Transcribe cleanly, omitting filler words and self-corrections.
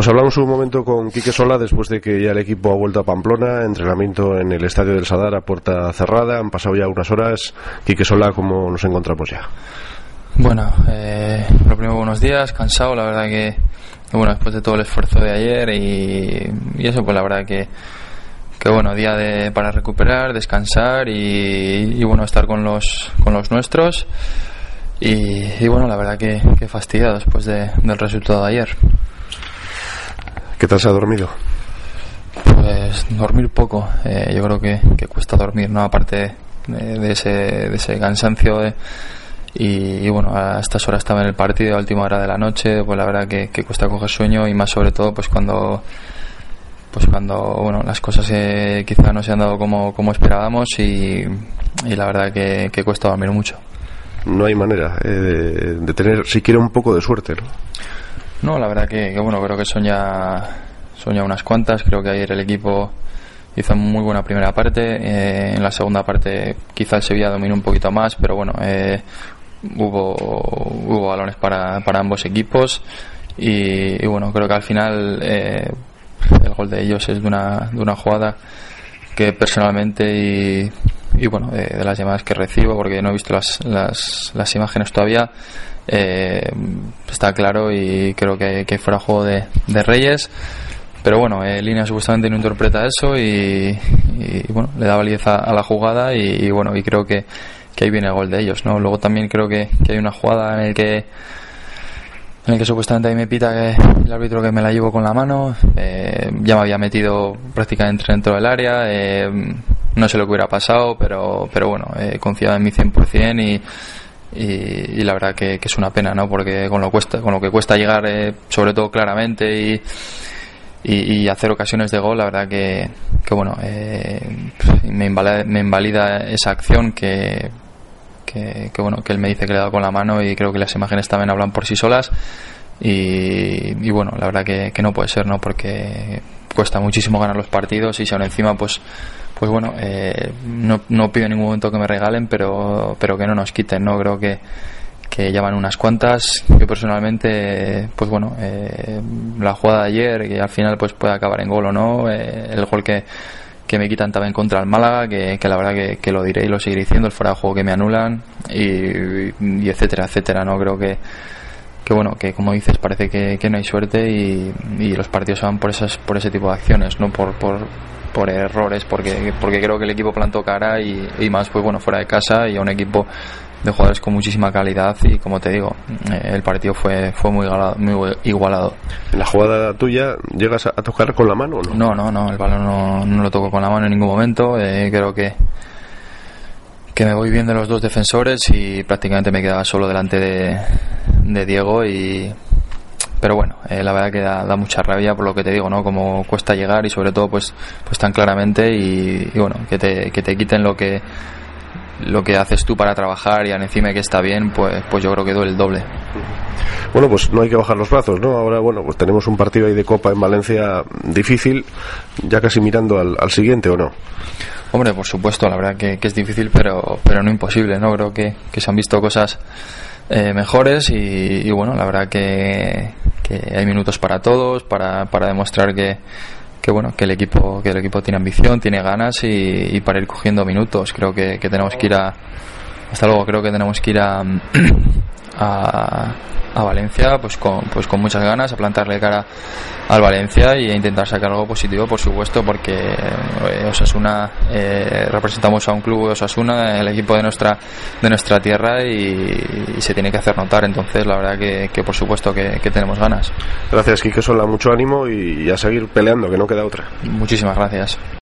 Pues hablamos un momento con Quique Sola después de que ya el equipo ha vuelto a Pamplona, entrenamiento en el estadio del Sadar a puerta cerrada, han pasado ya unas horas. Quique Sola, ¿cómo nos encontramos ya? Bueno, lo primero, buenos días, cansado, la verdad que bueno, después de todo el esfuerzo de ayer y eso, pues la verdad que bueno, día para recuperar, descansar y bueno, estar con los nuestros y bueno, la verdad que fastidiado después del resultado de ayer. ¿Qué tal se ha dormido? Pues dormir poco, yo creo que cuesta dormir, ¿no? Aparte de ese cansancio y bueno, a estas horas estaba en el partido, a última hora de la noche, pues la verdad que cuesta coger sueño y más sobre todo pues cuando bueno, las cosas quizá no se han dado como esperábamos y la verdad que cuesta dormir mucho. No hay manera de tener siquiera un poco de suerte, ¿no? No, la verdad que bueno, creo que son ya unas cuantas. Creo que ayer el equipo hizo muy buena primera parte, en la segunda parte quizá el Sevilla dominó un poquito más, pero bueno, hubo balones para ambos equipos y bueno, creo que al final el gol de ellos es de una jugada que personalmente y bueno, de las llamadas que recibo, porque no he visto las imágenes todavía, está claro y creo que fuera juego de Reyes, pero bueno, Línea supuestamente no interpreta eso y bueno, le da validez a la jugada y bueno, y creo que ahí viene el gol de ellos, ¿no? Luego también creo que hay una jugada en el que supuestamente ahí me pita que el árbitro que me la llevo con la mano, ya me había metido prácticamente dentro del área, no sé lo que hubiera pasado, pero bueno, confiaba en mi 100% y la verdad que es una pena, ¿no? Porque con lo que cuesta llegar, sobre todo claramente y hacer ocasiones de gol, la verdad que bueno, me invalida esa acción que bueno, que él me dice que le he dado con la mano y creo que las imágenes también hablan por sí solas y bueno, la verdad que no puede ser, ¿no? Porque cuesta muchísimo ganar los partidos y si aún encima pues bueno, no pido en ningún momento que me regalen, pero que no nos quiten, ¿no? Creo que ya van unas cuantas. Yo personalmente pues bueno, la jugada de ayer que al final pues puede acabar en gol o no, el gol que me quitan también contra el Málaga, que la verdad que lo diré y lo seguiré diciendo, el fuera de juego que me anulan y etcétera, ¿no? Creo que bueno, que como dices, parece que no hay suerte y los partidos se van por ese tipo de acciones, no por errores, porque creo que el equipo plantó cara y más pues bueno, fuera de casa y a un equipo de jugadores con muchísima calidad y como te digo, el partido fue muy igualado. ¿En la jugada tuya llegas a tocar con la mano o no? No, el balón no lo toco con la mano en ningún momento. Creo que me voy bien de los dos defensores y prácticamente me quedaba solo delante de Diego pero bueno, la verdad que da mucha rabia por lo que te digo, ¿no? Como cuesta llegar y sobre todo pues tan claramente y bueno, que te quiten lo que haces tú para trabajar y encima que está bien, pues yo creo que duele el doble. Bueno, pues no hay que bajar los brazos, ¿no? Ahora, bueno, pues tenemos un partido ahí de Copa en Valencia difícil, ya casi mirando al siguiente, ¿o no? Hombre, por supuesto, la verdad que es difícil, pero no imposible, ¿no? Creo que se han visto cosas mejores y bueno, la verdad que hay minutos para todos, para demostrar que bueno, que el equipo tiene ambición, tiene ganas y para ir cogiendo minutos. Creo que tenemos que ir hasta luego, creo que tenemos que ir a Valencia pues con muchas ganas, a plantarle cara al Valencia y a intentar sacar algo positivo, por supuesto, porque Osasuna, representamos a un club de Osasuna, el equipo de nuestra tierra y se tiene que hacer notar. Entonces la verdad que por supuesto que tenemos ganas. Gracias, Quique Sola, mucho ánimo y a seguir peleando, que no queda otra. Muchísimas gracias.